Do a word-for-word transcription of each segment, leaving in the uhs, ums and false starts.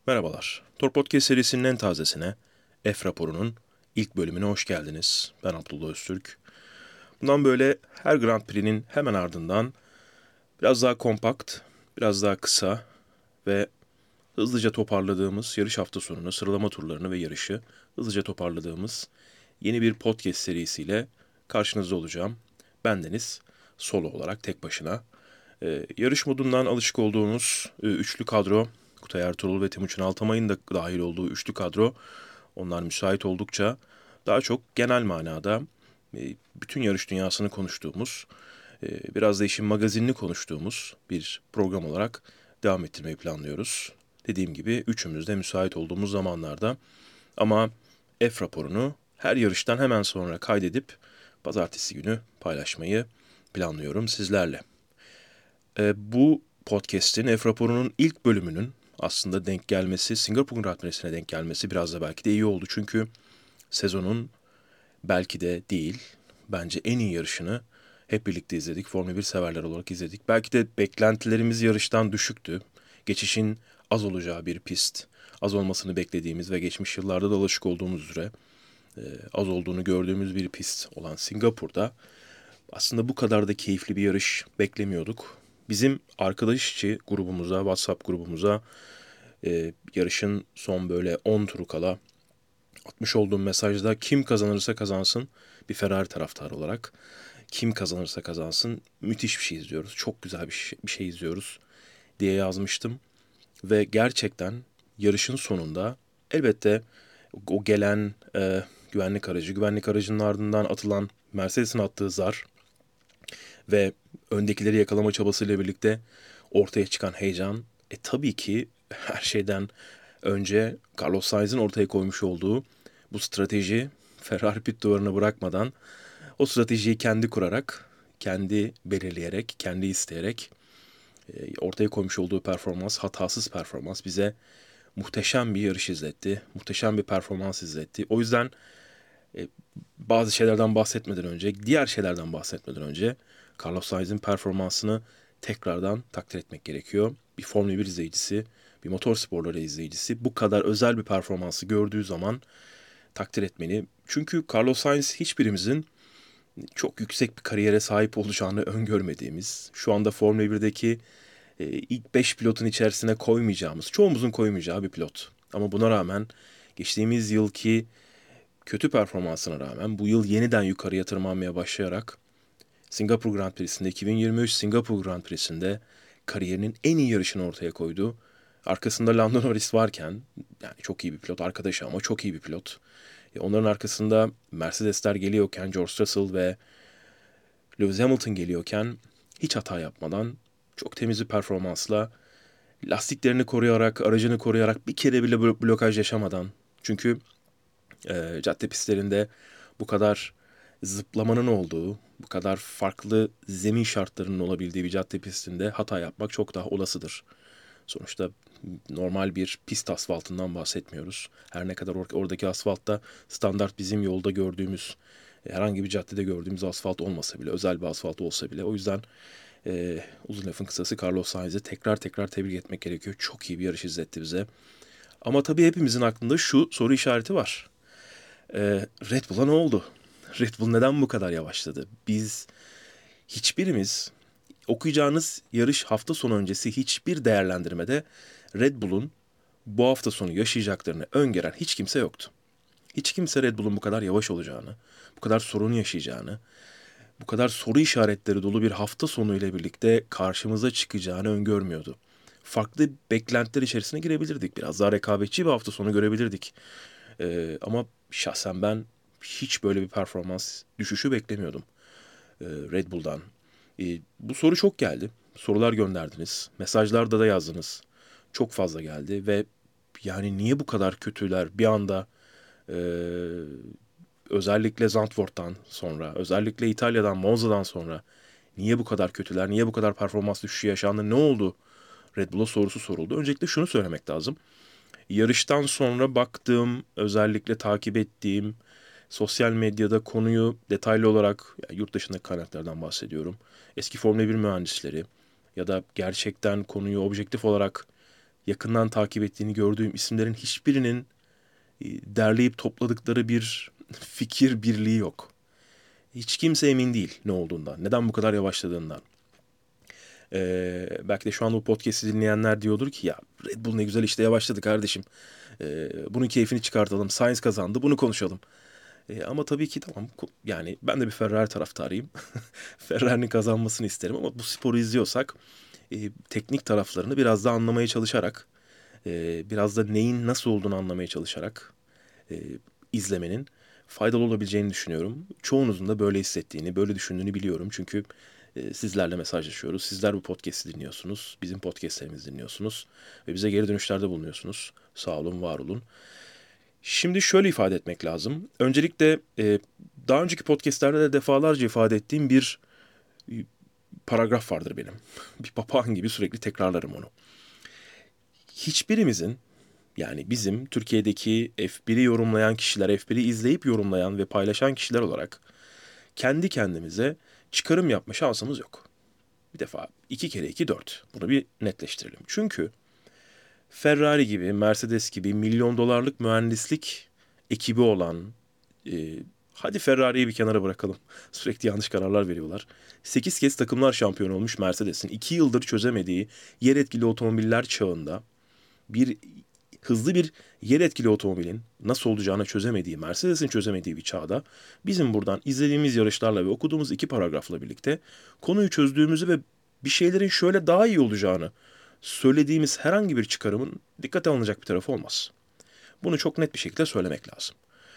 Merhabalar. Tor Podcast serisinin en tazesine, F raporunun ilk bölümüne hoş geldiniz. Ben Abdullah Öztürk. Bundan böyle her Grand Prix'nin hemen ardından biraz daha kompakt, biraz daha kısa ve hızlıca toparladığımız yarış hafta sonunu, sıralama turlarını ve yarışı hızlıca toparladığımız yeni bir podcast serisiyle karşınızda olacağım. Bendeniz solo olarak tek başına. Ee, yarış modundan alışık olduğunuz e, üçlü kadro, Kutay Ertuğrul ve Timuçin Altamay'ın da dahil olduğu üçlü kadro, onlar müsait oldukça daha çok genel manada e, bütün yarış dünyasını konuştuğumuz, e, biraz da işin magazinini konuştuğumuz bir program olarak devam ettirmeyi planlıyoruz. Dediğim gibi üçümüz de müsait olduğumuz zamanlarda, ama F raporunu her yarıştan hemen sonra kaydedip pazartesi günü paylaşmayı planlıyorum sizlerle. E, bu podcast'in F raporunun ilk bölümünün aslında denk gelmesi, Singapur Grand Prix'sine denk gelmesi biraz da belki de iyi oldu. Çünkü sezonun belki de değil, bence en iyi yarışını hep birlikte izledik. Formula bir severler olarak izledik. Belki de beklentilerimiz yarıştan düşüktü. Geçişin az olacağı bir pist, az olmasını beklediğimiz ve geçmiş yıllarda da alışık olduğumuz üzere e, az olduğunu gördüğümüz bir pist olan Singapur'da aslında bu kadar da keyifli bir yarış beklemiyorduk. Bizim arkadaş içi grubumuza, WhatsApp grubumuza e, yarışın son böyle on turu kala atmış olduğum mesajda kim kazanırsa kazansın, bir Ferrari taraftarı olarak kim kazanırsa kazansın, müthiş bir şey izliyoruz. Çok güzel bir şey, bir şey izliyoruz diye yazmıştım. Ve gerçekten yarışın sonunda elbette o gelen e, güvenlik aracı, güvenlik aracının ardından atılan Mercedes'in attığı zar ve öndekileri yakalama çabasıyla birlikte ortaya çıkan heyecan, e tabii ki her şeyden önce Carlos Sainz'in ortaya koymuş olduğu bu strateji, Ferrari pit duvarına bırakmadan o stratejiyi kendi kurarak, kendi belirleyerek, kendi isteyerek e, ortaya koymuş olduğu performans, hatasız performans bize muhteşem bir yarış izletti. Muhteşem bir performans izletti. O yüzden e, bazı şeylerden bahsetmeden önce, diğer şeylerden bahsetmeden önce Carlos Sainz'in performansını tekrardan takdir etmek gerekiyor. Bir Formula bir izleyicisi, bir motor sporları izleyicisi bu kadar özel bir performansı gördüğü zaman takdir etmeli. Çünkü Carlos Sainz hiçbirimizin çok yüksek bir kariyere sahip olacağını öngörmediğimiz, şu anda Formula birdeki e, ilk beş pilotun içerisine koymayacağımız, çoğumuzun koymayacağı bir pilot. Ama buna rağmen geçtiğimiz yılki kötü performansına rağmen bu yıl yeniden yukarıya tırmanmaya başlayarak Singapur Grand Prix'sinde, iki bin yirmi üç Singapur Grand Prix'sinde kariyerinin en iyi yarışını ortaya koydu. Arkasında Lando Norris varken, yani çok iyi bir pilot arkadaşı ama çok iyi bir pilot. E, onların arkasında Mercedesler geliyorken, George Russell ve Lewis Hamilton geliyorken hiç hata yapmadan çok temiz bir performansla lastiklerini koruyarak, aracını koruyarak bir kere bile blokaj yaşamadan. Çünkü e, cadde pistlerinde bu kadar zıplamanın olduğu, bu kadar farklı zemin şartlarının olabildiği bir cadde pistinde hata yapmak çok daha olasıdır. Sonuçta normal bir pist asfaltından bahsetmiyoruz. Her ne kadar or- oradaki asfaltta standart bizim yolda gördüğümüz, e, herhangi bir caddede gördüğümüz asfalt olmasa bile, özel bir asfalt olsa bile. O yüzden e, uzun lafın kısası Carlos Sainz'e tekrar tekrar tebrik etmek gerekiyor. Çok iyi bir yarış izletti bize. Ama tabii hepimizin aklında şu soru işareti var. E, Red Bull'a ne oldu? Red Bull neden bu kadar yavaşladı? Biz hiçbirimiz okuyacağınız yarış hafta sonu öncesi hiçbir değerlendirmede Red Bull'un bu hafta sonu yaşayacaklarını öngören hiç kimse yoktu. Hiç kimse Red Bull'un bu kadar yavaş olacağını, bu kadar sorun yaşayacağını, bu kadar soru işaretleri dolu bir hafta sonu ile birlikte karşımıza çıkacağını öngörmüyordu. Farklı beklentiler içerisine girebilirdik. Biraz daha rekabetçi bir hafta sonu görebilirdik. Ee, ama şahsen ben hiç böyle bir performans düşüşü beklemiyordum e, Red Bull'dan. E, bu soru çok geldi. Sorular gönderdiniz. Mesajlarda da yazdınız. Çok fazla geldi ve yani niye bu kadar kötüler bir anda, e, özellikle Zandvoort'tan sonra, özellikle İtalya'dan, Monza'dan sonra niye bu kadar kötüler, niye bu kadar performans düşüşü yaşandı, ne oldu Red Bull'a sorusu soruldu. Öncelikle şunu söylemek lazım. Yarıştan sonra baktığım, özellikle takip ettiğim, sosyal medyada konuyu detaylı olarak, yani yurt dışındaki kaynaklardan bahsediyorum. Eski Formula bir mühendisleri ya da gerçekten konuyu objektif olarak yakından takip ettiğini gördüğüm isimlerin hiçbirinin e, derleyip topladıkları bir fikir birliği yok. Hiç kimse emin değil ne olduğundan, neden bu kadar yavaşladığından. Ee, belki de şu anda bu podcast'i dinleyenler diyordur ki ya Red Bull ne güzel işte yavaşladı kardeşim. Ee, bunun keyfini çıkartalım. Sainz kazandı, bunu konuşalım. Ee, ama tabii ki tamam, yani ben de bir Ferrari taraftarıyım. Ferrari'nin kazanmasını isterim ama bu sporu izliyorsak e, teknik taraflarını biraz da anlamaya çalışarak, e, biraz da neyin nasıl olduğunu anlamaya çalışarak e, izlemenin faydalı olabileceğini düşünüyorum. Çoğunuzun da böyle hissettiğini, böyle düşündüğünü biliyorum. Çünkü e, sizlerle mesajlaşıyoruz. Sizler bu podcast'i dinliyorsunuz. Bizim podcast'lerimizi dinliyorsunuz. Ve bize geri dönüşlerde bulunuyorsunuz. Sağ olun, var olun. Şimdi şöyle ifade etmek lazım. Öncelikle e, daha önceki podcast'lerde de defalarca ifade ettiğim bir e, paragraf vardır benim. Bir papağan gibi sürekli tekrarlarım onu. Hiçbirimizin, yani bizim Türkiye'deki F bir'i yorumlayan kişiler, F bir'i izleyip yorumlayan ve paylaşan kişiler olarak kendi kendimize çıkarım yapma şansımız yok. Bir defa iki kere iki dört. Bunu bir netleştirelim. Çünkü Ferrari gibi, Mercedes gibi milyon dolarlık mühendislik ekibi olan, e, hadi Ferrari'yi bir kenara bırakalım. Sürekli yanlış kararlar veriyorlar. sekiz kez takımlar şampiyonu olmuş Mercedes'in iki yıldır çözemediği yer etkili otomobiller çağında bir hızlı bir yer etkili otomobilin nasıl olacağını çözemediği, Mercedes'in çözemediği bir çağda bizim buradan izlediğimiz yarışlarla ve okuduğumuz iki paragrafla birlikte konuyu çözdüğümüzü ve bir şeylerin şöyle daha iyi olacağını söylediğimiz herhangi bir çıkarımın dikkate alınacak bir tarafı olmaz. Bunu çok net bir şekilde söylemek lazım.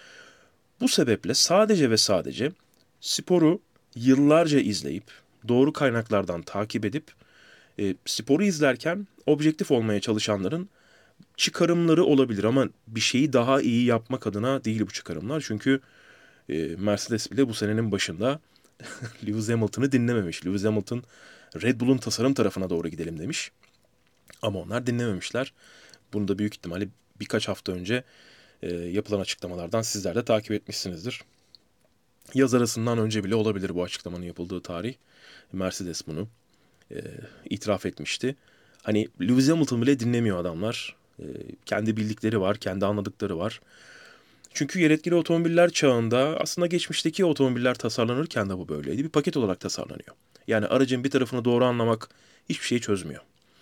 Bu sebeple sadece ve sadece sporu yıllarca izleyip, doğru kaynaklardan takip edip, e, sporu izlerken objektif olmaya çalışanların çıkarımları olabilir ama bir şeyi daha iyi yapmak adına değil bu çıkarımlar. Çünkü e, Mercedes bile bu senenin başında Lewis Hamilton'ı dinlememiş. Lewis Hamilton Red Bull'un tasarım tarafına doğru gidelim demiş. Ama onlar dinlememişler. Bunu da büyük ihtimalle birkaç hafta önce e, yapılan açıklamalardan sizler de takip etmişsinizdir. Yaz arasından önce bile olabilir bu açıklamanın yapıldığı tarih. Mercedes bunu e, itiraf etmişti. Hani Lewis Hamilton bile dinlemiyor adamlar. E, kendi bildikleri var, kendi anladıkları var. Çünkü yer etkili otomobiller çağında aslında geçmişteki otomobiller tasarlanırken de bu böyleydi. Bir paket olarak tasarlanıyor. Yani aracın bir tarafını doğru anlamak hiçbir şeyi çözmüyor.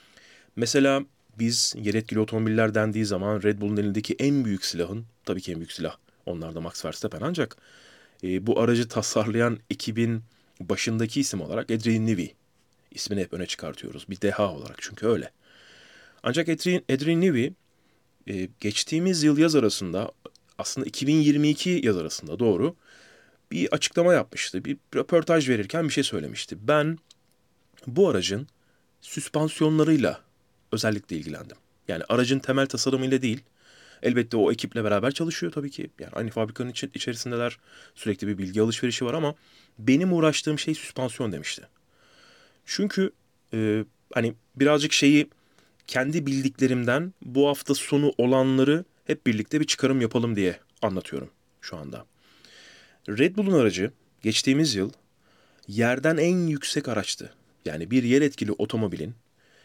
Mesela biz yer etkili otomobiller dendiği zaman Red Bull'un elindeki en büyük silahın, tabii ki en büyük silah, onlar da Max Verstappen, ancak e, bu aracı tasarlayan ekibin başındaki isim olarak Adrian Newey ismini hep öne çıkartıyoruz. Bir deha olarak, çünkü öyle. Ancak Adrian, Adrian Newey e, geçtiğimiz yıl yaz arasında, aslında iki bin yirmi iki yaz arasında doğru, bir açıklama yapmıştı. Bir röportaj verirken bir şey söylemişti. Ben bu aracın süspansiyonlarıyla özellikle ilgilendim. Yani aracın temel tasarımıyla değil. Elbette o ekiple beraber çalışıyor tabii ki. Yani aynı fabrikanın içi- içerisindeler. Sürekli bir bilgi alışverişi var ama benim uğraştığım şey süspansiyon demişti. Çünkü e, hani birazcık şeyi, kendi bildiklerimden bu hafta sonu olanları hep birlikte bir çıkarım yapalım diye anlatıyorum şu anda. Red Bull'un aracı geçtiğimiz yıl yerden en yüksek araçtı. Yani bir yer etkili otomobilin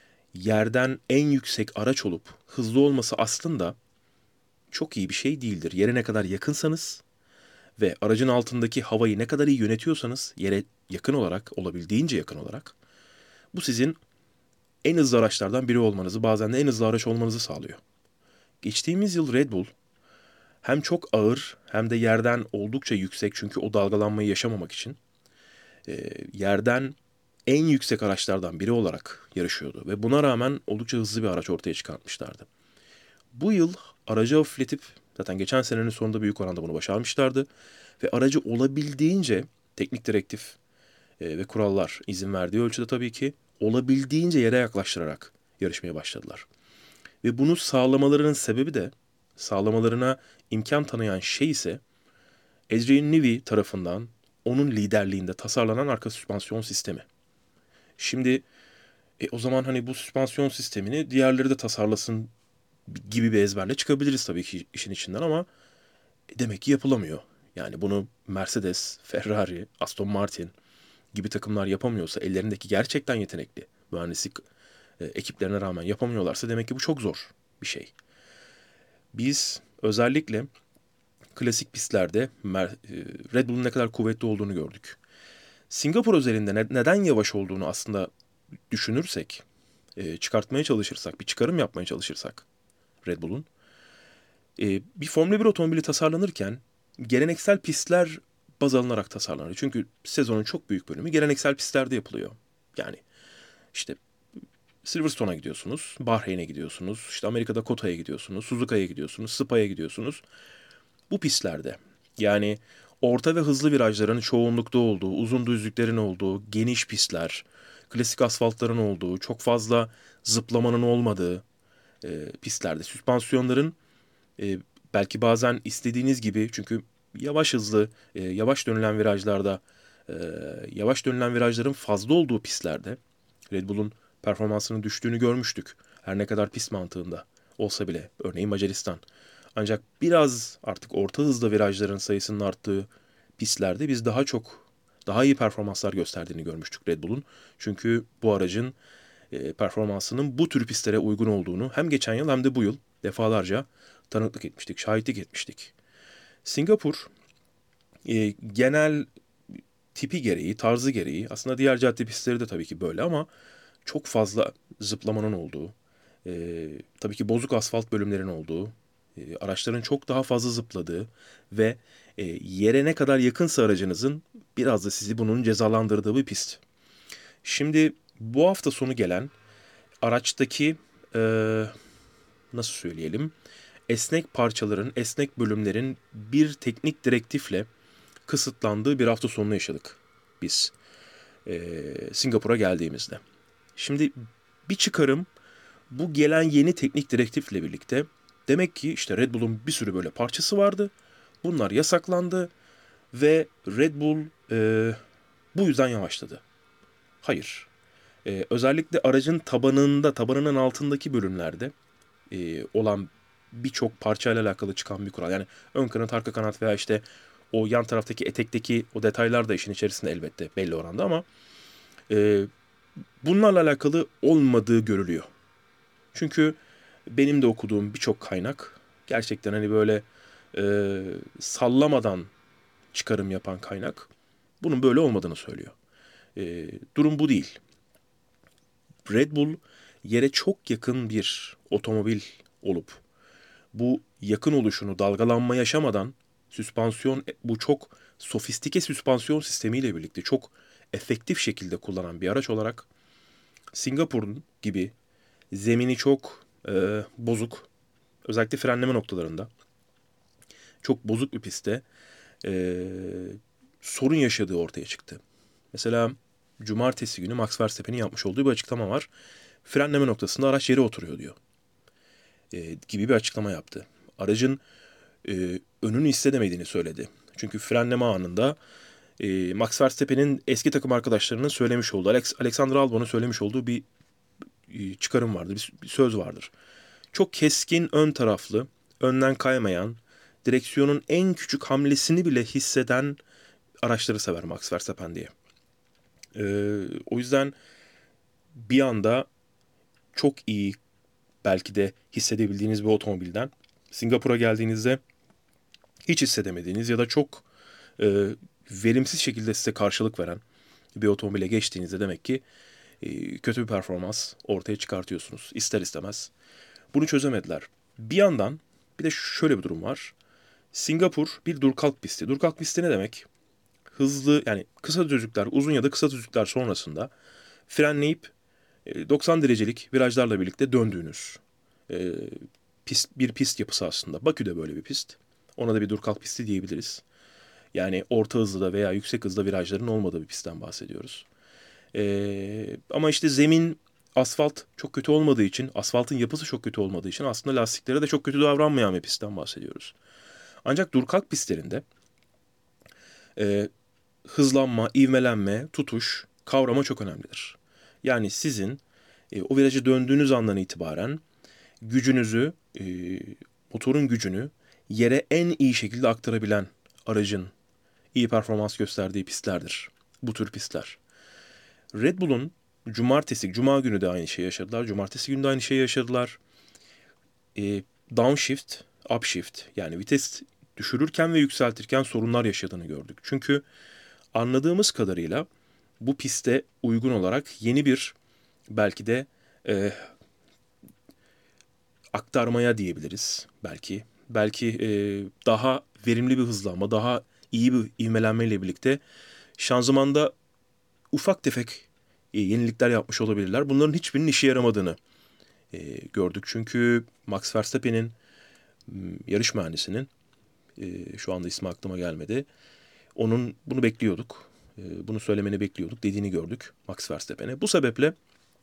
yerden en yüksek araç olup hızlı olması aslında çok iyi bir şey değildir. Yere ne kadar yakınsanız ve aracın altındaki havayı ne kadar iyi yönetiyorsanız, yere yakın olarak, olabildiğince yakın olarak, bu sizin en hızlı araçlardan biri olmanızı, bazen de en hızlı araç olmanızı sağlıyor. Geçtiğimiz yıl Red Bull hem çok ağır hem de yerden oldukça yüksek, çünkü o dalgalanmayı yaşamamak için e, yerden en yüksek araçlardan biri olarak yarışıyordu. Ve buna rağmen oldukça hızlı bir araç ortaya çıkartmışlardı. Bu yıl aracı hafifletip, zaten geçen senenin sonunda büyük oranda bunu başarmışlardı. Ve aracı olabildiğince teknik direktif e, ve kurallar izin verdiği ölçüde tabii ki olabildiğince yere yaklaştırarak yarışmaya başladılar. Ve bunu sağlamalarının sebebi de, sağlamalarına imkan tanıyan şey ise Adrian Newey tarafından onun liderliğinde tasarlanan arka süspansiyon sistemi. Şimdi e, o zaman hani bu süspansiyon sistemini diğerleri de tasarlasın gibi bir ezberle çıkabiliriz tabii ki işin içinden ama e, demek ki yapılamıyor. Yani bunu Mercedes, Ferrari, Aston Martin gibi takımlar yapamıyorsa, ellerindeki gerçekten yetenekli mühendislik e, ekiplerine rağmen yapamıyorlarsa demek ki bu çok zor bir şey. Biz özellikle klasik pistlerde Red Bull'un ne kadar kuvvetli olduğunu gördük. Singapur özelinde ne, neden yavaş olduğunu aslında düşünürsek, e, çıkartmaya çalışırsak, bir çıkarım yapmaya çalışırsak Red Bull'un, e, bir Formula bir otomobili tasarlanırken geleneksel pistler baz alınarak tasarlanır. Çünkü sezonun çok büyük bölümü geleneksel pistlerde yapılıyor. Yani işte Silverstone'a gidiyorsunuz, Bahreyn'e gidiyorsunuz, işte Amerika'da Kota'ya gidiyorsunuz, Suzuka'ya gidiyorsunuz, Spa'ya gidiyorsunuz. Bu pistlerde yani orta ve hızlı virajların çoğunlukta olduğu, uzun düzlüklerin olduğu, geniş pistler, klasik asfaltların olduğu, çok fazla zıplamanın olmadığı e, pistlerde süspansiyonların e, belki bazen istediğiniz gibi çünkü yavaş hızlı, e, yavaş dönülen virajlarda, e, yavaş dönülen virajların fazla olduğu pistlerde Red Bull'un performansının düştüğünü görmüştük. Her ne kadar pist mantığında olsa bile. Örneğin Macaristan. Ancak biraz artık orta hızda virajların sayısının arttığı pistlerde biz daha çok, daha iyi performanslar gösterdiğini görmüştük Red Bull'un. Çünkü bu aracın e, performansının bu tür pistlere uygun olduğunu hem geçen yıl hem de bu yıl defalarca tanıklık etmiştik, şahitlik etmiştik. Singapur e, genel tipi gereği, tarzı gereği aslında diğer cadde pistleri de tabii ki böyle ama çok fazla zıplamanın olduğu, e, tabii ki bozuk asfalt bölümlerin olduğu, e, araçların çok daha fazla zıpladığı ve e, yere ne kadar yakınsa aracınızın biraz da sizi bunun cezalandırdığı bir pist. Şimdi bu hafta sonu gelen araçtaki e, nasıl söyleyelim esnek parçaların, esnek bölümlerin bir teknik direktifle kısıtlandığı bir hafta sonunu yaşadık biz e, Singapur'a geldiğimizde. Şimdi bir çıkarım bu gelen yeni teknik direktifle birlikte demek ki işte Red Bull'un bir sürü böyle parçası vardı. Bunlar yasaklandı ve Red Bull e, bu yüzden yavaşladı. Hayır. E, özellikle aracın tabanında, tabanının altındaki bölümlerde e, olan birçok parçayla alakalı çıkan bir kural. Yani ön kanat, arka kanat veya işte o yan taraftaki etekteki o detaylar da işin içerisinde elbette belli oranda ama e, bunlarla alakalı olmadığı görülüyor. Çünkü benim de okuduğum birçok kaynak gerçekten hani böyle e, sallamadan çıkarım yapan kaynak bunun böyle olmadığını söylüyor. E, durum bu değil. Red Bull yere çok yakın bir otomobil olup bu yakın oluşunu dalgalanma yaşamadan süspansiyon bu çok sofistike süspansiyon sistemiyle birlikte çok efektif şekilde kullanan bir araç olarak Singapur'un gibi zemini çok e, bozuk özellikle frenleme noktalarında çok bozuk bir pistte e, sorun yaşadığı ortaya çıktı. Mesela cumartesi günü Max Verstappen'in yapmış olduğu bir açıklama var. Frenleme noktasında araç yere oturuyor diyor. E, gibi bir açıklama yaptı. Aracın e, önünü hissedemediğini söyledi. Çünkü frenleme anında e, Max Verstappen'in eski takım arkadaşlarının söylemiş olduğu, Alex, Alexander Albon'un söylemiş olduğu bir e, çıkarım vardır, bir, bir söz vardır. Çok keskin ön taraflı, önden kaymayan, direksiyonun en küçük hamlesini bile hisseden araçları sever Max Verstappen diye. Ee, o yüzden bir anda çok iyi belki de hissedebildiğiniz bir otomobilden Singapur'a geldiğinizde hiç hissedemediğiniz ya da çok e, verimsiz şekilde size karşılık veren bir otomobile geçtiğinizde demek ki e, kötü bir performans ortaya çıkartıyorsunuz ister istemez. Bunu çözemediler. Bir yandan bir de şöyle bir durum var. Singapur bir dur kalk pisti. Dur kalk pisti ne demek? Hızlı yani kısa düzlükler, uzun ya da kısa düzlükler sonrasında frenleyip e, doksan derecelik virajlarla birlikte döndüğünüz e, pist, bir pist yapısı aslında. Bakü'de böyle bir pist. Ona da bir dur kalk pisti diyebiliriz. Yani orta hızlı veya yüksek hızda virajların olmadığı bir pistten bahsediyoruz. E, ama işte zemin, asfalt çok kötü olmadığı için, asfaltın yapısı çok kötü olmadığı için aslında lastiklere de çok kötü davranmayan bir pistten bahsediyoruz. Ancak dur kalk pistlerinde e, hızlanma, ivmelenme, tutuş, kavrama çok önemlidir. Yani sizin e, o virajı döndüğünüz andan itibaren gücünüzü, e, motorun gücünü yere en iyi şekilde aktarabilen aracın iyi performans gösterdiği pistlerdir. Bu tür pistler. Red Bull'un Cumartesi, Cuma günü de aynı şeyi yaşadılar. Cumartesi günü de aynı şeyi yaşadılar. E, downshift, upshift yani vites düşürürken ve yükseltirken sorunlar yaşadığını gördük. Çünkü anladığımız kadarıyla bu piste uygun olarak yeni bir belki de e, aktarmaya diyebiliriz belki. Belki e, daha verimli bir hızlanma, daha iyi bir ivmelenmeyle birlikte şanzımanda ufak tefek e, yenilikler yapmış olabilirler. Bunların hiçbirinin işe yaramadığını e, gördük. Çünkü Max Verstappen'in yarış mühendisinin e, şu anda ismi aklıma gelmedi. Onun bunu bekliyorduk. E, bunu söylemeni bekliyorduk dediğini gördük Max Verstappen'e. Bu sebeple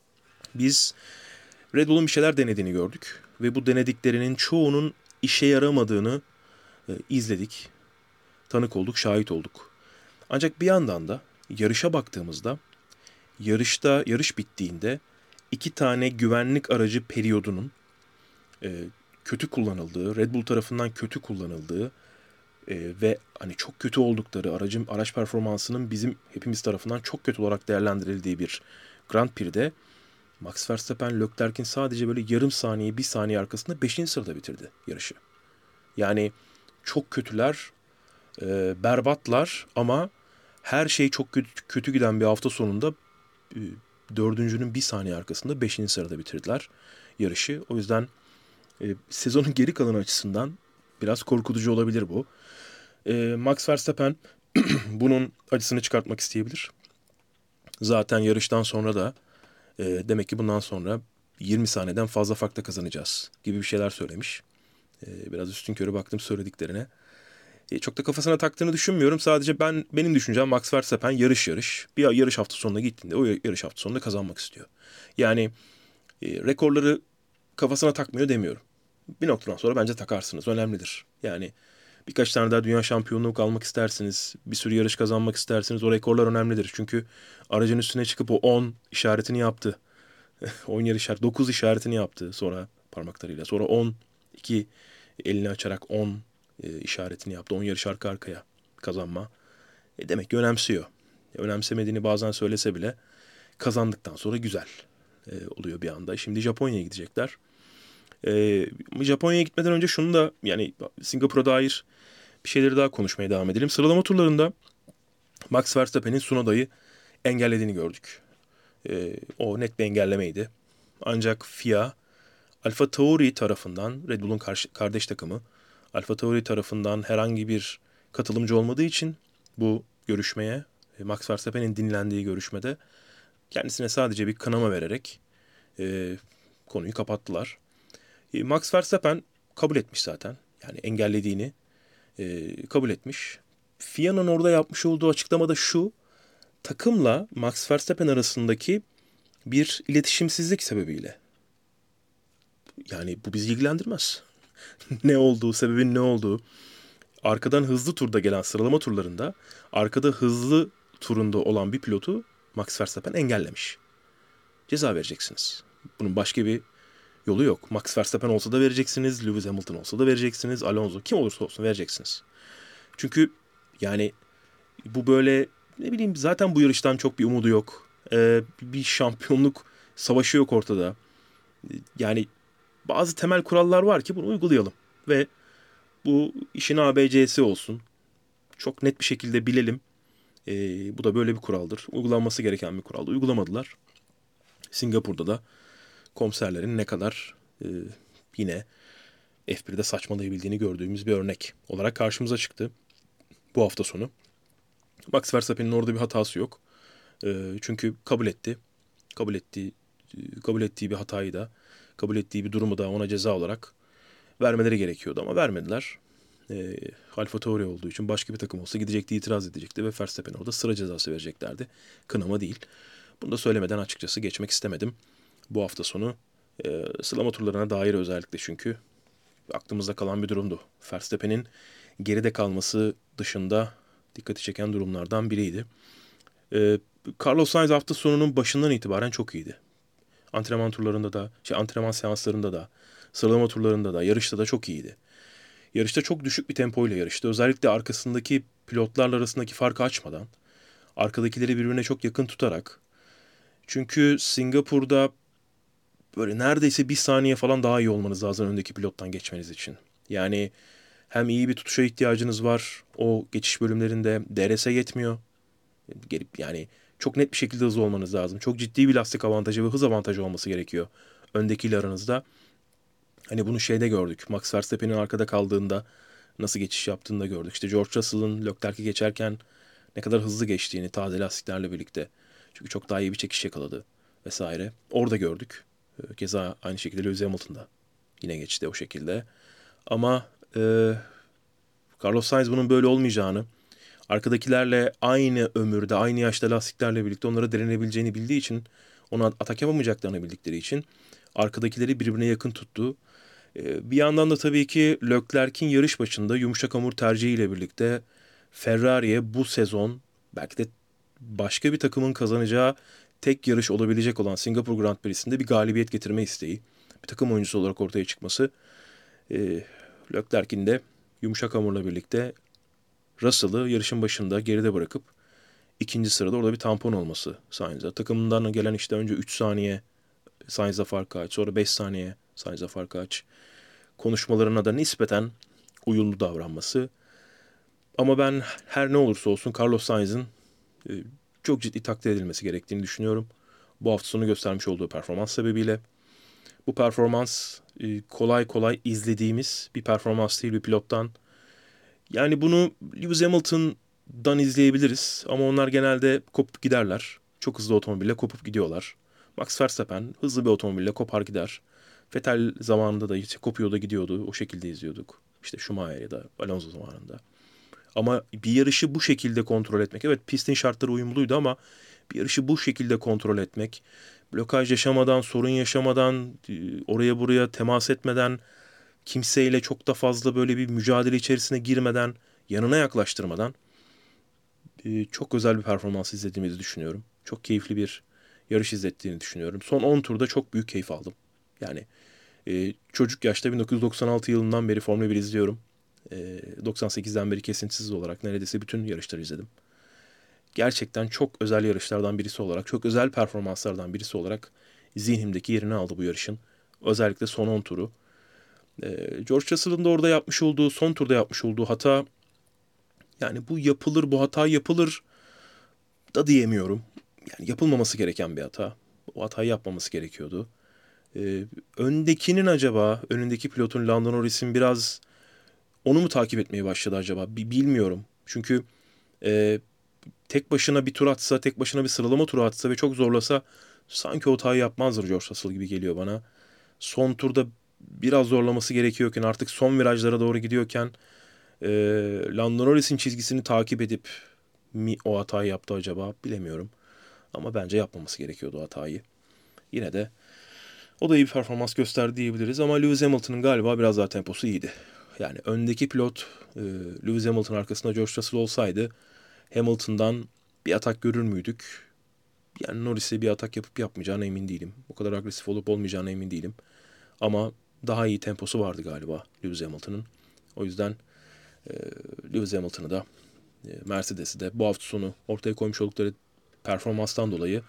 biz Red Bull'un bir şeyler denediğini gördük. Ve bu denediklerinin çoğunun işe yaramadığını e, izledik. Tanık olduk, şahit olduk. Ancak bir yandan da yarışa baktığımızda yarışta yarış bittiğinde iki tane güvenlik aracı periyodunun e, kötü kullanıldığı, Red Bull tarafından kötü kullanıldığı e, ve hani çok kötü oldukları aracın araç performansının bizim hepimiz tarafından çok kötü olarak değerlendirildiği bir Grand Prix'de Max Verstappen Leclerc'in sadece böyle yarım saniye, bir saniye arkasında beşinci sırada bitirdi yarışı. Yani çok kötüler, e, berbatlar ama her şey çok kötü, kötü giden bir hafta sonunda e, dördüncünün bir saniye arkasında beşinci sırada bitirdiler yarışı. O yüzden e, sezonun geri kalanı açısından biraz korkutucu olabilir bu. E, Max Verstappen bunun acısını çıkartmak isteyebilir. Zaten yarıştan sonra da e, demek ki bundan sonra yirmi saniyeden fazla farkla kazanacağız gibi bir şeyler söylemiş. E, biraz üstünkörü baktım söylediklerine. E, çok da kafasına taktığını düşünmüyorum. Sadece ben benim düşüncem Max Verstappen yarış yarış. Bir yarış hafta sonuna gittiğinde o yarış hafta sonunda kazanmak istiyor. Yani e, rekorları kafasına takmıyor demiyorum. Bir noktadan sonra bence takarsınız. Önemlidir. Yani birkaç tane daha dünya şampiyonluğu almak istersiniz. Bir sürü yarış kazanmak istersiniz. O rekorlar önemlidir. Çünkü aracın üstüne çıkıp o on işaretini yaptı. on yarı işaret, dokuz işaretini yaptı sonra parmaklarıyla. Sonra on, iki elini açarak on e, işaretini yaptı. on yarış arka arkaya kazanma. E demek ki önemsiyor. E, önemsemediğini bazen söylese bile kazandıktan sonra güzel e, oluyor bir anda. Şimdi Japonya'ya gidecekler. E, Japonya'ya gitmeden önce şunu da yani Singapur'a dair bir şeyleri daha konuşmaya devam edelim. Sıralama turlarında Max Verstappen'in Tsunoda'yı engellediğini gördük. E, o net bir engellemeydi. Ancak F I A, Alfa Tauri tarafından, Red Bull'un karşı, kardeş takımı, Alfa Tauri tarafından herhangi bir katılımcı olmadığı için bu görüşmeye, Max Verstappen'in dinlendiği görüşmede kendisine sadece bir kınama vererek e, konuyu kapattılar. E, Max Verstappen kabul etmiş zaten. Yani engellediğini e, kabul etmiş. F I A'nın orada yapmış olduğu açıklamada şu, takımla Max Verstappen arasındaki bir iletişimsizlik sebebiyle. Yani bu bizi ilgilendirmez. Ne olduğu, sebebin ne olduğu. Arkadan hızlı turda gelen sıralama turlarında arkada hızlı turunda olan bir pilotu Max Verstappen engellemiş. Ceza vereceksiniz. Bunun başka bir yolu yok. Max Verstappen olsa da vereceksiniz, Lewis Hamilton olsa da vereceksiniz, Alonso kim olursa olsun vereceksiniz. Çünkü yani bu böyle ne bileyim zaten bu yarıştan çok bir umudu yok. Ee, bir şampiyonluk savaşı yok ortada. Yani bazı temel kurallar var ki bunu uygulayalım. Ve bu işin A B C'si olsun. Çok net bir şekilde bilelim. Ee, bu da böyle bir kuraldır. Uygulanması gereken bir kuraldı. Uygulamadılar. Singapur'da da komiserlerin ne kadar e, yine F bir'de saçmalayabildiğini gördüğümüz bir örnek olarak karşımıza çıktı bu hafta sonu. Max Verstappen'in orada bir hatası yok. E, çünkü kabul etti. Kabul ettiği kabul ettiği bir hatayı da, kabul ettiği bir durumu da ona ceza olarak vermeleri gerekiyordu ama vermediler. E, Alfa Tauri olduğu için başka bir takım olsa gidecekti, itiraz edecekti ve Verstappen orada sıra cezası vereceklerdi. Kınama değil. Bunu da söylemeden açıkçası geçmek istemedim. Bu hafta sonu e, sıralama turlarına dair özellikle çünkü aklımızda kalan bir durumdu. Verstappen'in geride kalması dışında dikkati çeken durumlardan biriydi. E, Carlos Sainz hafta sonunun başından itibaren çok iyiydi. Antrenman turlarında da, şey antrenman seanslarında da, sıralama turlarında da, yarışta da çok iyiydi. Yarışta çok düşük bir tempoyla yarıştı. Özellikle arkasındaki pilotlarla arasındaki farkı açmadan, arkadakileri birbirine çok yakın tutarak Çünkü Singapur'da böyle neredeyse bir saniye falan daha iyi olmanız lazım öndeki pilottan geçmeniz için. Yani hem iyi bir tutuşa ihtiyacınız var. O geçiş bölümlerinde D R S yetmiyor. Gelip yani çok net bir şekilde hızlı olmanız lazım. Çok ciddi bir lastik avantajı ve hız avantajı olması gerekiyor öndekiyle aranızda. Hani bunu şeyde gördük. Max Verstappen'in arkada kaldığında nasıl geçiş yaptığını da gördük. İşte George Russell'ın Leclerc'i geçerken ne kadar hızlı geçtiğini taze lastiklerle birlikte. Çünkü çok daha iyi bir çekiş yakaladı vesaire. Orada gördük. Ee, Keza aynı şekilde Lewis Hamilton'da yine geçti o şekilde. Ama e, Carlos Sainz bunun böyle olmayacağını, arkadakilerle aynı ömürde, aynı yaşta lastiklerle birlikte onlara direnebileceğini bildiği için, ona atak yapamayacaklarını bildikleri için arkadakileri birbirine yakın tuttu. Ee, Bir yandan da tabii ki Leclerc'in yarış başında yumuşak hamur tercihiyle birlikte Ferrari'ye bu sezon belki de başka bir takımın kazanacağı tek yarış olabilecek olan Singapur Grand Prix'sinde bir galibiyet getirme isteği, bir takım oyuncusu olarak ortaya çıkması, e, Leclerc'in de yumuşak hamurla birlikte Russell'ı yarışın başında geride bırakıp ikinci sırada orada bir tampon olması Sainz'a. Takımından gelen işte önce üç saniye Sainz'a fark aç, sonra beş saniye Sainz'a fark aç. Konuşmalarına da nispeten uyumlu davranması. Ama ben her ne olursa olsun Carlos Sainz'in e, çok ciddi takdir edilmesi gerektiğini düşünüyorum. Bu hafta sonu göstermiş olduğu performans sebebiyle. Bu performans e, kolay kolay izlediğimiz bir performans değil bir pilottan. Yani bunu Lewis Hamilton'dan izleyebiliriz ama onlar genelde kopup giderler. Çok hızlı otomobille kopup gidiyorlar. Max Verstappen hızlı bir otomobille kopar gider. Vettel zamanında da işte kopuyor da gidiyordu. O şekilde izliyorduk. İşte Schumacher ya da Alonso zamanında. Ama bir yarışı bu şekilde kontrol etmek. Evet, pistin şartları uyumluydu ama bir yarışı bu şekilde kontrol etmek. Blokaj yaşamadan, sorun yaşamadan, e, oraya buraya temas etmeden, kimseyle çok da fazla böyle bir mücadele içerisine girmeden, yanına yaklaştırmadan e, çok özel bir performans izlediğimizi düşünüyorum. Çok keyifli bir yarış izlettiğini düşünüyorum. Son on turda çok büyük keyif aldım. Yani e, çocuk yaşta bin dokuz yüz doksan altı yılından beri Formula bir izliyorum. E, doksan sekizden beri kesintisiz olarak neredeyse bütün yarışları izledim. Gerçekten çok özel yarışlardan birisi olarak, çok özel performanslardan birisi olarak zihnimdeki yerini aldı bu yarışın. Özellikle son on turu. E, George Russell'ın da orada yapmış olduğu, son turda yapmış olduğu hata, yani bu yapılır, bu hata yapılır da diyemiyorum. Yani yapılmaması gereken bir hata. O hatayı yapmaması gerekiyordu. E, öndekinin acaba, önündeki pilotun Lando Norris'in biraz onu mu takip etmeye başladı acaba? Bi- bilmiyorum. Çünkü e, tek başına bir tur atsa, tek başına bir sıralama turu atsa ve çok zorlasa sanki o hatayı yapmazdır George Russell gibi geliyor bana. Son turda biraz zorlaması gerekiyorken, artık son virajlara doğru gidiyorken e, Lando Norris'in çizgisini takip edip mi o hatayı yaptı acaba bilemiyorum. Ama bence yapmaması gerekiyordu o hatayı. Yine de o da iyi bir performans gösterdi diyebiliriz ama Lewis Hamilton'ın galiba biraz daha temposu iyiydi. Yani öndeki pilot e, Lewis Hamilton arkasında George Russell olsaydı Hamilton'dan bir atak görür müydük? Yani Norris'e bir atak yapıp yapmayacağına emin değilim. O kadar agresif olup olmayacağına emin değilim. Ama daha iyi temposu vardı galiba Lewis Hamilton'ın. O yüzden e, Lewis Hamilton'ı da e, Mercedes'i de bu hafta sonu ortaya koymuş oldukları performanstan dolayı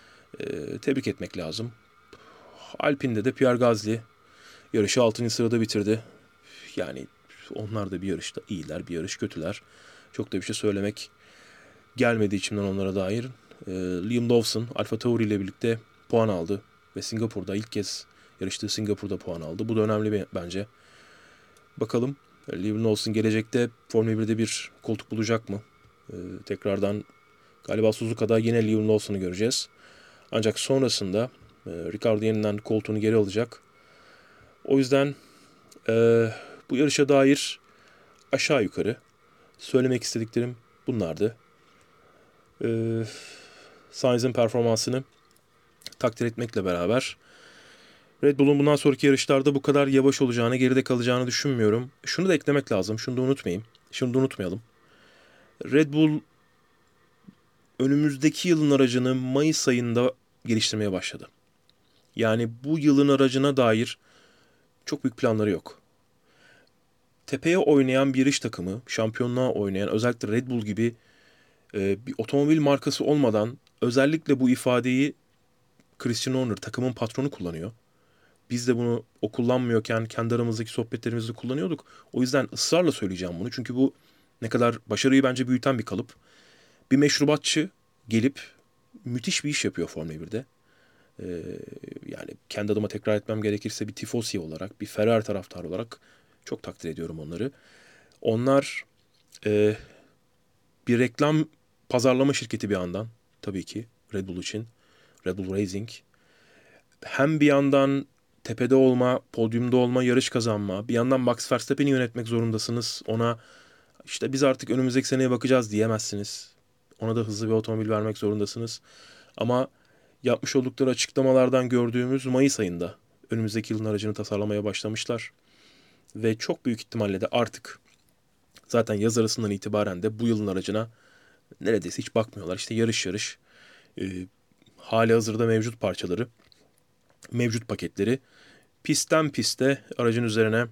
e, tebrik etmek lazım. Alpine'de de Pierre Gasly yarışı altıncı sırada bitirdi. Yani onlar da bir yarışta iyiler, bir yarış kötüler. Çok da bir şey söylemek gelmedi içimden onlara dair. Ee, Liam Lawson Alfa Tauri ile birlikte puan aldı ve Singapur'da ilk kez yarıştığı Singapur'da puan aldı. Bu da önemli bir, bence. Bakalım Liam Lawson gelecekte Formula birde bir koltuk bulacak mı? Ee, tekrardan galiba Suzuka'da yine Liam Lawson'u göreceğiz. Ancak sonrasında e, Ricciardo yeniden koltuğunu geri alacak. O yüzden e, bu yarışa dair aşağı yukarı söylemek istediklerim bunlardı. Ee, Sainz'in performansını takdir etmekle beraber Red Bull'un bundan sonraki yarışlarda bu kadar yavaş olacağını, geride kalacağını düşünmüyorum. Şunu da eklemek lazım, şunu da unutmayayım. Şunu da unutmayalım. Red Bull önümüzdeki yılın aracını Mayıs ayında geliştirmeye başladı. Yani bu yılın aracına dair çok büyük planları yok. Tepeye oynayan bir yarış takımı, şampiyonluğa oynayan, özellikle Red Bull gibi e, bir otomobil markası olmadan özellikle bu ifadeyi Christian Horner takımın patronu kullanıyor. Biz de bunu o kullanmıyorken kendi aramızdaki sohbetlerimizde kullanıyorduk. O yüzden ısrarla söyleyeceğim bunu. Çünkü bu ne kadar başarıyı bence büyüten bir kalıp. Bir meşrubatçı gelip müthiş bir iş yapıyor Formula birde. Ee, yani kendi adıma tekrar etmem gerekirse bir tifosi olarak, bir Ferrari taraftarı olarak çok takdir ediyorum onları. Onlar e, bir reklam pazarlama şirketi bir yandan tabii ki Red Bull için. Red Bull Racing. Hem bir yandan tepede olma, podyumda olma, yarış kazanma. Bir yandan Max Verstappen'i yönetmek zorundasınız. Ona işte biz artık önümüzdeki seneye bakacağız diyemezsiniz. Ona da hızlı bir otomobil vermek zorundasınız. Ama yapmış oldukları açıklamalardan gördüğümüz Mayıs ayında önümüzdeki yılın aracını tasarlamaya başlamışlar. Ve çok büyük ihtimalle de artık zaten yaz arasından itibaren de bu yılın aracına neredeyse hiç bakmıyorlar. İşte yarış yarış e, hali hazırda mevcut parçaları, mevcut paketleri pistten piste aracın üzerine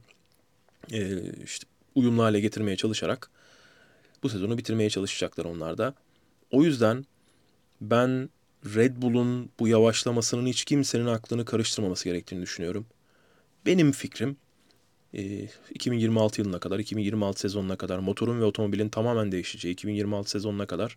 e, işte uyumlu hale getirmeye çalışarak bu sezonu bitirmeye çalışacaklar onlar da. O yüzden ben Red Bull'un bu yavaşlamasının hiç kimsenin aklını karıştırmaması gerektiğini düşünüyorum. Benim fikrim e, iki bin yirmi altı yılına kadar, iki bin yirmi altı sezonuna kadar motorun ve otomobilin tamamen değişeceği iki bin yirmi altı sezonuna kadar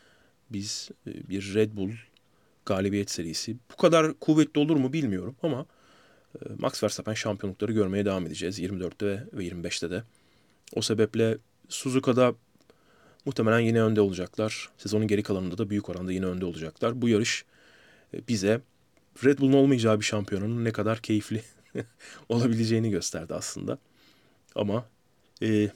biz e, bir Red Bull galibiyet serisi. Bu kadar kuvvetli olur mu bilmiyorum ama e, Max Verstappen şampiyonlukları görmeye devam edeceğiz yirmi dörtte ve yirmi beşte de. O sebeple Suzuka'da muhtemelen yine önde olacaklar. Sezonun geri kalanında da büyük oranda yine önde olacaklar. Bu yarış e, bize Red Bull'un olmayacağı bir şampiyonun ne kadar keyifli olabileceğini gösterdi aslında. Ama e,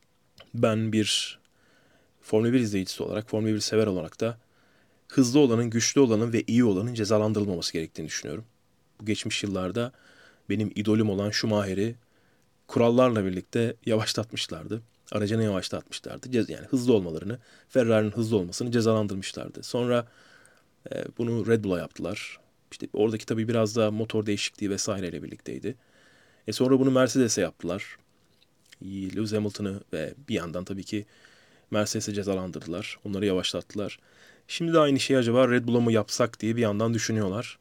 ben bir Formula bir izleyicisi olarak, Formula bir sever olarak da hızlı olanın, güçlü olanın ve iyi olanın cezalandırılmaması gerektiğini düşünüyorum. Bu geçmiş yıllarda benim idolüm olan Schumacher'i kurallarla birlikte yavaşlatmışlardı. Aracını yavaşlatmışlardı. Cez- Yani hızlı olmalarını, Ferrari'nin hızlı olmasını cezalandırmışlardı. Sonra e, bunu Red Bull'a yaptılar. İşte oradaki tabii biraz da motor değişikliği vesaireyle birlikteydi. E sonra bunu Mercedes'e yaptılar. Lewis Hamilton'ı ve bir yandan tabii ki Mercedes'e cezalandırdılar. Onları yavaşlattılar. Şimdi de aynı şeyi acaba Red Bull'a mı yapsak diye bir yandan düşünüyorlar.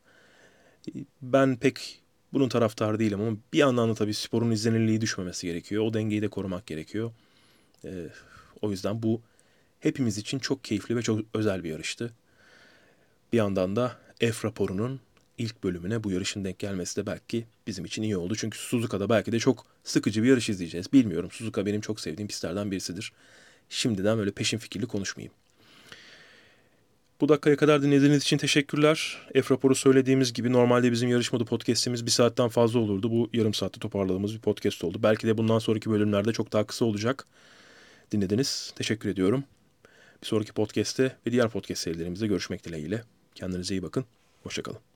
Ben pek bunun taraftarı değilim ama bir yandan da tabii sporun izlenirliği düşmemesi gerekiyor. O dengeyi de korumak gerekiyor. Ee, o yüzden bu hepimiz için çok keyifli ve çok özel bir yarıştı. Bir yandan da F raporunun ilk bölümüne bu yarışın denk gelmesi de belki bizim için iyi oldu. Çünkü Suzuka'da belki de çok sıkıcı bir yarış izleyeceğiz. Bilmiyorum. Suzuka benim çok sevdiğim pistlerden birisidir. Şimdiden böyle peşin fikirli konuşmayayım. Bu dakikaya kadar dinlediğiniz için teşekkürler. F raporu söylediğimiz gibi normalde bizim yarışmada podcast'imiz bir saatten fazla olurdu. Bu yarım saatte toparladığımız bir podcast oldu. Belki de bundan sonraki bölümlerde çok daha kısa olacak. Dinlediniz. Teşekkür ediyorum. Bir sonraki podcast'te ve diğer podcast serilerimizde görüşmek dileğiyle. Kendinize iyi bakın. Hoşça kalın.